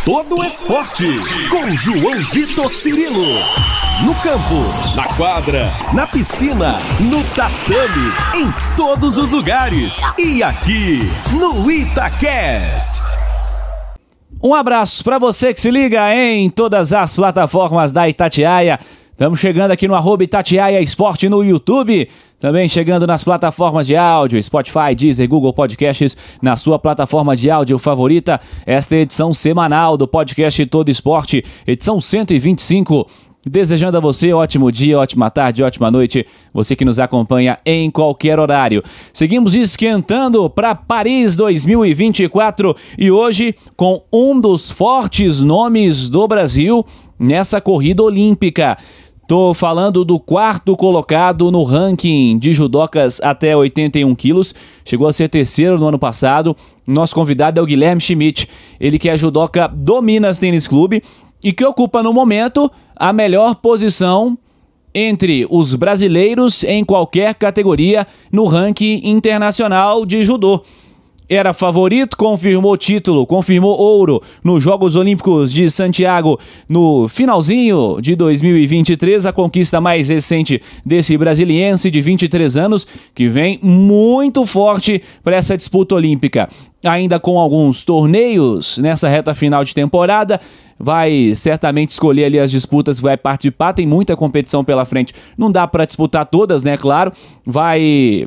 todo esporte, com João Vitor Cirilo. No campo, na quadra, na piscina, no tatame, em todos os lugares. E aqui, no Itacast. Um abraço para você que se liga em todas as plataformas da Itatiaia. Estamos chegando aqui no @Itatiaia Esporte no YouTube. Também chegando nas plataformas de áudio, Spotify, Deezer, Google Podcasts, na sua plataforma de áudio favorita. Esta é a edição semanal do podcast Todo Esporte, edição 125. Desejando a você ótimo dia, ótima tarde, ótima noite, você que nos acompanha em qualquer horário. Seguimos esquentando para Paris 2024 e hoje com um dos fortes nomes do Brasil nessa corrida olímpica. Tô falando do quarto colocado no ranking de judocas até 81 quilos. Chegou a ser terceiro no ano passado. Nosso convidado é o Guilherme Schmidt. Ele que é judoca do Minas Tênis Clube e que ocupa no momento a melhor posição entre os brasileiros em qualquer categoria no ranking internacional de judô. Era favorito, confirmou título, confirmou ouro nos Jogos Olímpicos de Santiago no finalzinho de 2023, a conquista mais recente desse brasiliense de 23 anos, que vem muito forte para essa disputa olímpica. Ainda com alguns torneios nessa reta final de temporada, vai certamente escolher ali as disputas que vai participar, tem muita competição pela frente, não dá para disputar todas, né, claro, vai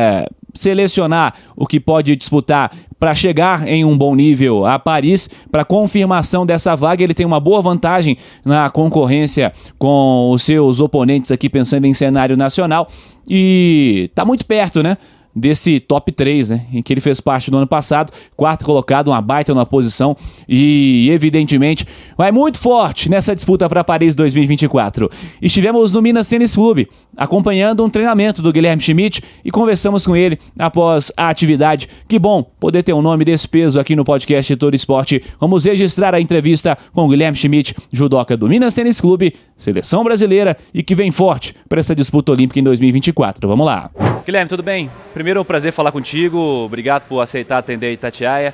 selecionar o que pode disputar para chegar em um bom nível a Paris. Para confirmação dessa vaga, ele tem uma boa vantagem na concorrência com os seus oponentes aqui, pensando em cenário nacional, e tá muito perto, né, desse top 3, né, em que ele fez parte no ano passado, quarto colocado, uma baita numa posição e, evidentemente, vai muito forte nessa disputa para Paris 2024. Estivemos no Minas Tênis Clube, acompanhando um treinamento do Guilherme Schmidt e conversamos com ele após a atividade. Que bom poder ter um nome desse peso aqui no podcast Todo Esporte. Vamos registrar a entrevista com o Guilherme Schmidt, judoca do Minas Tênis Clube, seleção brasileira e que vem forte para essa disputa olímpica em 2024. Vamos lá. Guilherme, tudo bem? Primeiro é um prazer falar contigo, obrigado por aceitar atender a Itatiaia.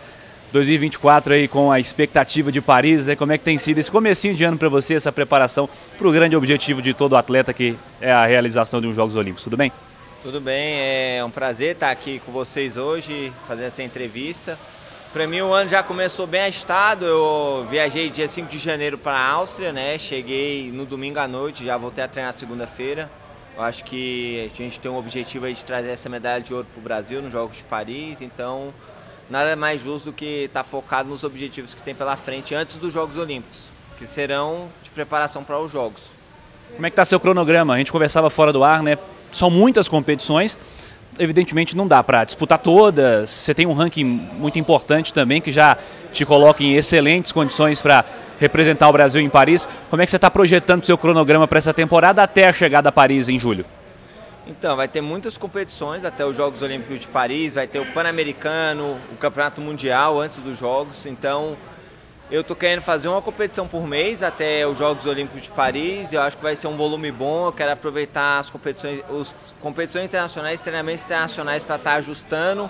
2024 aí com a expectativa de Paris, né? Como é que tem sido esse comecinho de ano para você, essa preparação para o grande objetivo de todo atleta que é a realização de uns Jogos Olímpicos, tudo bem? Tudo bem, é um prazer estar aqui com vocês hoje, fazendo essa entrevista. Para mim o ano já começou bem agitado, eu viajei dia 5 de janeiro para a Áustria, né? Cheguei no domingo à noite, já voltei a treinar segunda-feira. Eu acho que a gente tem um objetivo aí de trazer essa medalha de ouro para o Brasil nos Jogos de Paris, então nada mais justo do que estar focado nos objetivos que tem pela frente antes dos Jogos Olímpicos, que serão de preparação para os Jogos. Como é que está seu cronograma? A gente conversava fora do ar, né? São muitas competições, evidentemente não dá para disputar todas, você tem um ranking muito importante também que já te coloca em excelentes condições para representar o Brasil em Paris. Como é que você está projetando seu cronograma para essa temporada até a chegada a Paris em julho? Então, vai ter muitas competições até os Jogos Olímpicos de Paris, vai ter o Pan-Americano, o Campeonato Mundial antes dos Jogos, então eu estou querendo fazer uma competição por mês até os Jogos Olímpicos de Paris, eu acho que vai ser um volume bom, eu quero aproveitar as competições internacionais, treinamentos internacionais para estar ajustando,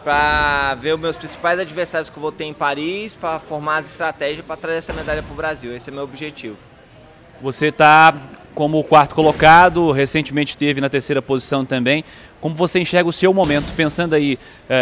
para ver os meus principais adversários que eu vou ter em Paris, para formar as estratégias para trazer essa medalha para o Brasil, esse é o meu objetivo. Você está como quarto colocado, recentemente esteve na terceira posição também. Como você enxerga o seu momento, pensando aí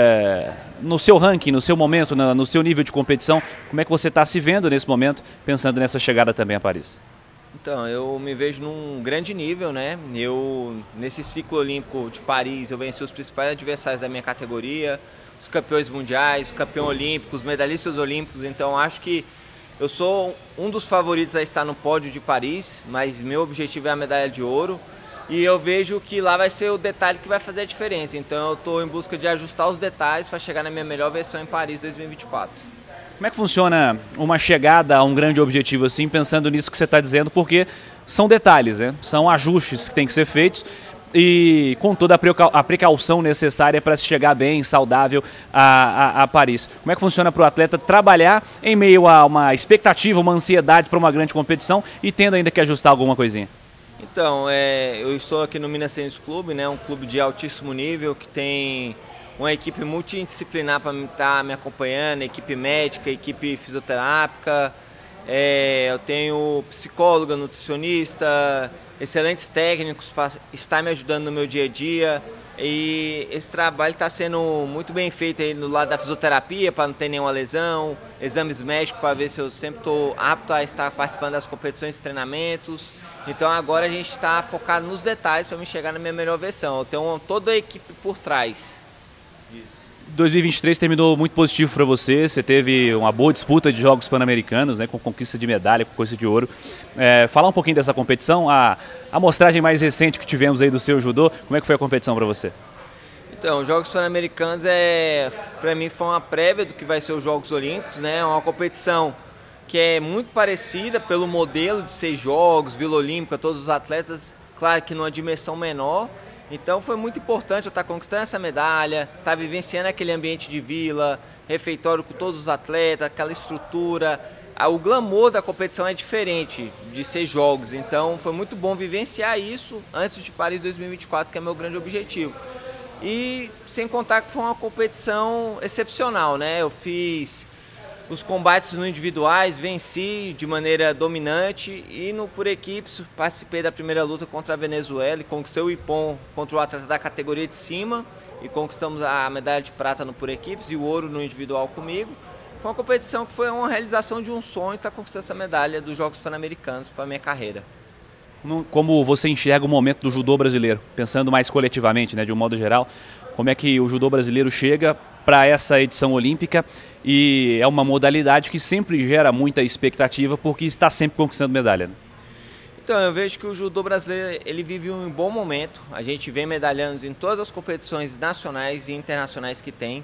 no seu ranking, no seu momento, no seu nível de competição, como é que você está se vendo nesse momento, pensando nessa chegada também a Paris? Então, eu me vejo num grande nível, né? Nesse ciclo olímpico de Paris, eu venci os principais adversários da minha categoria, os campeões mundiais, campeão olímpico, os medalhistas olímpicos, então acho que eu sou um dos favoritos a estar no pódio de Paris, mas meu objetivo é a medalha de ouro. E eu vejo que lá vai ser o detalhe que vai fazer a diferença. Então eu estou em busca de ajustar os detalhes para chegar na minha melhor versão em Paris 2024. Como é que funciona uma chegada a um grande objetivo assim, pensando nisso que você está dizendo? Porque são detalhes, né? São ajustes que têm que ser feitos e com toda a precaução necessária para se chegar bem, saudável a Paris. Como é que funciona para o atleta trabalhar em meio a uma expectativa, uma ansiedade para uma grande competição e tendo ainda que ajustar alguma coisinha? Então, eu estou aqui no Minas Tênis Clube, né, um clube de altíssimo nível que tem uma equipe multidisciplinar para estar me acompanhando, equipe médica, equipe fisioterápica, eu tenho psicóloga, nutricionista, excelentes técnicos para estar me ajudando no meu dia a dia. E esse trabalho está sendo muito bem feito aí no lado da fisioterapia, para não ter nenhuma lesão, exames médicos para ver se eu sempre estou apto a estar participando das competições e treinamentos. Então agora a gente está focado nos detalhes para me chegar na minha melhor versão. Eu tenho toda a equipe por trás. 2023 terminou muito positivo para você, você teve uma boa disputa de Jogos Pan-Americanos, né, com conquista de medalha, com coisa de ouro. Falar um pouquinho dessa competição, a amostragem mais recente que tivemos aí do seu judô, como é que foi a competição para você? Então, os Jogos Pan-Americanos para mim foi uma prévia do que vai ser os Jogos Olímpicos, né? Uma competição que é muito parecida pelo modelo de 6 jogos, Vila Olímpica, todos os atletas, claro que numa dimensão menor. Então foi muito importante eu estar conquistando essa medalha, estar vivenciando aquele ambiente de vila, refeitório com todos os atletas, aquela estrutura. O glamour da competição é diferente de 6 jogos, então foi muito bom vivenciar isso antes de Paris 2024, que é meu grande objetivo. E sem contar que foi uma competição excepcional, né? Eu fiz os combates no individuais, venci de maneira dominante e no por equipes participei da primeira luta contra a Venezuela e conquistei o Ippon contra o atleta da categoria de cima e conquistamos a medalha de prata no por equipes e o ouro no individual comigo. Foi uma competição que foi uma realização de um sonho estar conquistando essa medalha dos Jogos Pan-Americanos para a minha carreira. Como você enxerga o momento do judô brasileiro, pensando mais coletivamente, né, de um modo geral, como é que o judô brasileiro chega para essa edição olímpica e é uma modalidade que sempre gera muita expectativa porque está sempre conquistando medalha, né? Então, eu vejo que o judô brasileiro ele vive um bom momento. A gente vem medalhando em todas as competições nacionais e internacionais que tem.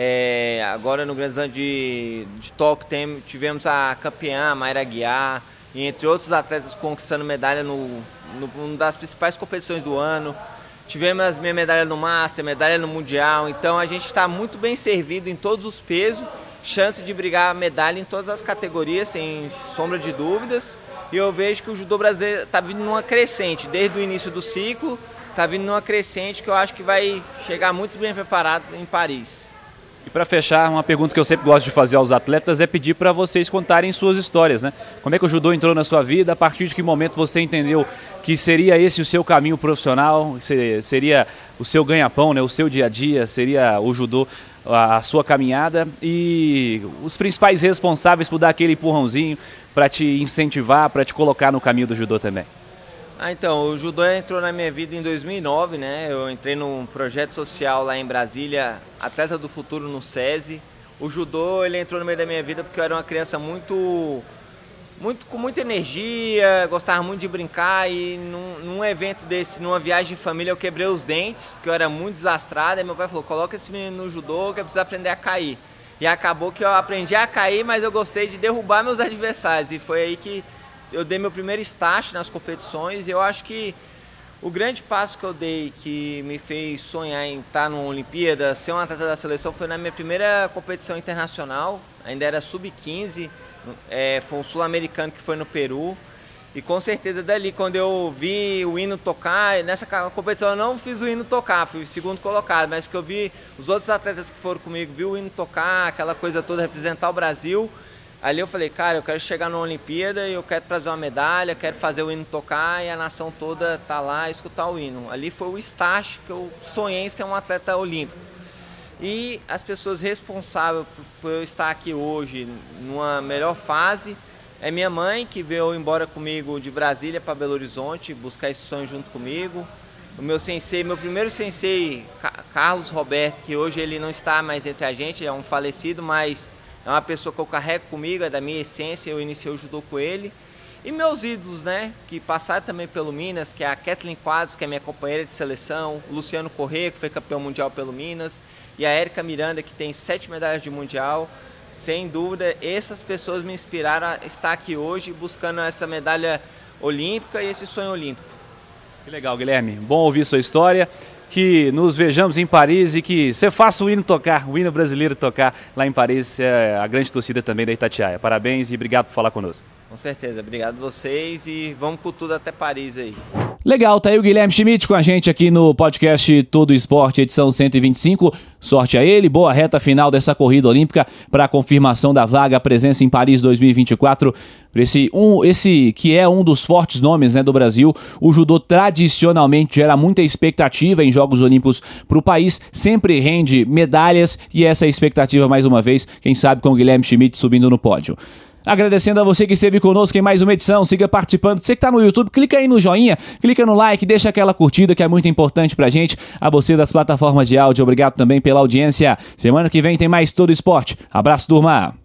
Agora no Grand Slam de Tóquio tivemos a campeã, a Mayra Aguiar, e entre outros atletas conquistando medalha numa das principais competições do ano. Tivemos minha medalha no Master, medalha no Mundial, então a gente está muito bem servido em todos os pesos, chance de brigar medalha em todas as categorias, sem sombra de dúvidas. E eu vejo que o judô brasileiro está vindo numa crescente, desde o início do ciclo, está vindo numa crescente que eu acho que vai chegar muito bem preparado em Paris. E para fechar, uma pergunta que eu sempre gosto de fazer aos atletas é pedir para vocês contarem suas histórias, né? Como é que o judô entrou na sua vida, a partir de que momento você entendeu que seria esse o seu caminho profissional, seria o seu ganha-pão, né? O seu dia a dia, seria o judô, a sua caminhada e os principais responsáveis por dar aquele empurrãozinho para te incentivar, para te colocar no caminho do judô também. Então, o judô entrou na minha vida em 2009, né? Eu entrei num projeto social lá em Brasília, Atleta do Futuro no SESI. O judô ele entrou no meio da minha vida porque eu era uma criança com muita energia, gostava muito de brincar e num evento desse, numa viagem de família, eu quebrei os dentes porque eu era muito desastrado. Aí meu pai falou, coloca esse menino no judô que eu preciso aprender a cair. E acabou que eu aprendi a cair, mas eu gostei de derrubar meus adversários e foi aí que eu dei meu primeiro start nas competições e eu acho que o grande passo que eu dei que me fez sonhar em estar numa Olimpíada, ser um atleta da seleção, foi na minha primeira competição internacional, ainda era sub-15, foi um sul-americano que foi no Peru. E com certeza dali, quando eu vi o hino tocar, nessa competição eu não fiz o hino tocar, fui o segundo colocado, mas que eu vi os outros atletas que foram comigo, vi o hino tocar, aquela coisa toda, representar o Brasil. Ali eu falei, cara, eu quero chegar na Olimpíada e eu quero trazer uma medalha, quero fazer o hino tocar e a nação toda tá lá e escutar o hino. Ali foi o start que eu sonhei em ser um atleta olímpico. E as pessoas responsáveis por eu estar aqui hoje numa melhor fase é minha mãe, que veio embora comigo de Brasília para Belo Horizonte, buscar esse sonho junto comigo. O meu sensei, meu primeiro sensei, Carlos Roberto, que hoje ele não está mais entre a gente, é um falecido, mas é uma pessoa que eu carrego comigo, é da minha essência, eu iniciei o judô com ele. E meus ídolos, né, que passaram também pelo Minas, que é a Kathleen Quadros, que é minha companheira de seleção, o Luciano Corrêa, que foi campeão mundial pelo Minas, e a Érica Miranda, que tem 7 medalhas de mundial. Sem dúvida, essas pessoas me inspiraram a estar aqui hoje buscando essa medalha olímpica e esse sonho olímpico. Que legal, Guilherme. Bom ouvir sua história. Que nos vejamos em Paris e que você faça o hino tocar, o hino brasileiro tocar lá em Paris. É a grande torcida também da Itatiaia. Parabéns e obrigado por falar conosco. Com certeza. Obrigado a vocês e vamos com tudo até Paris aí. Legal, tá aí o Guilherme Schmidt com a gente aqui no podcast Todo Esporte, edição 125. Sorte a ele, boa reta final dessa corrida olímpica para a confirmação da vaga, a presença em Paris 2024. Esse que é um dos fortes nomes, né, do Brasil. O judô tradicionalmente gera muita expectativa em Jogos Olímpicos para o país, sempre rende medalhas e essa é a expectativa mais uma vez, quem sabe com o Guilherme Schmidt subindo no pódio. Agradecendo a você que esteve conosco em mais uma edição, siga participando. Você que está no YouTube, clica aí no joinha, clica no like, deixa aquela curtida que é muito importante pra gente. A você das plataformas de áudio, obrigado também pela audiência. Semana que vem tem mais Todo Esporte. Abraço, turma!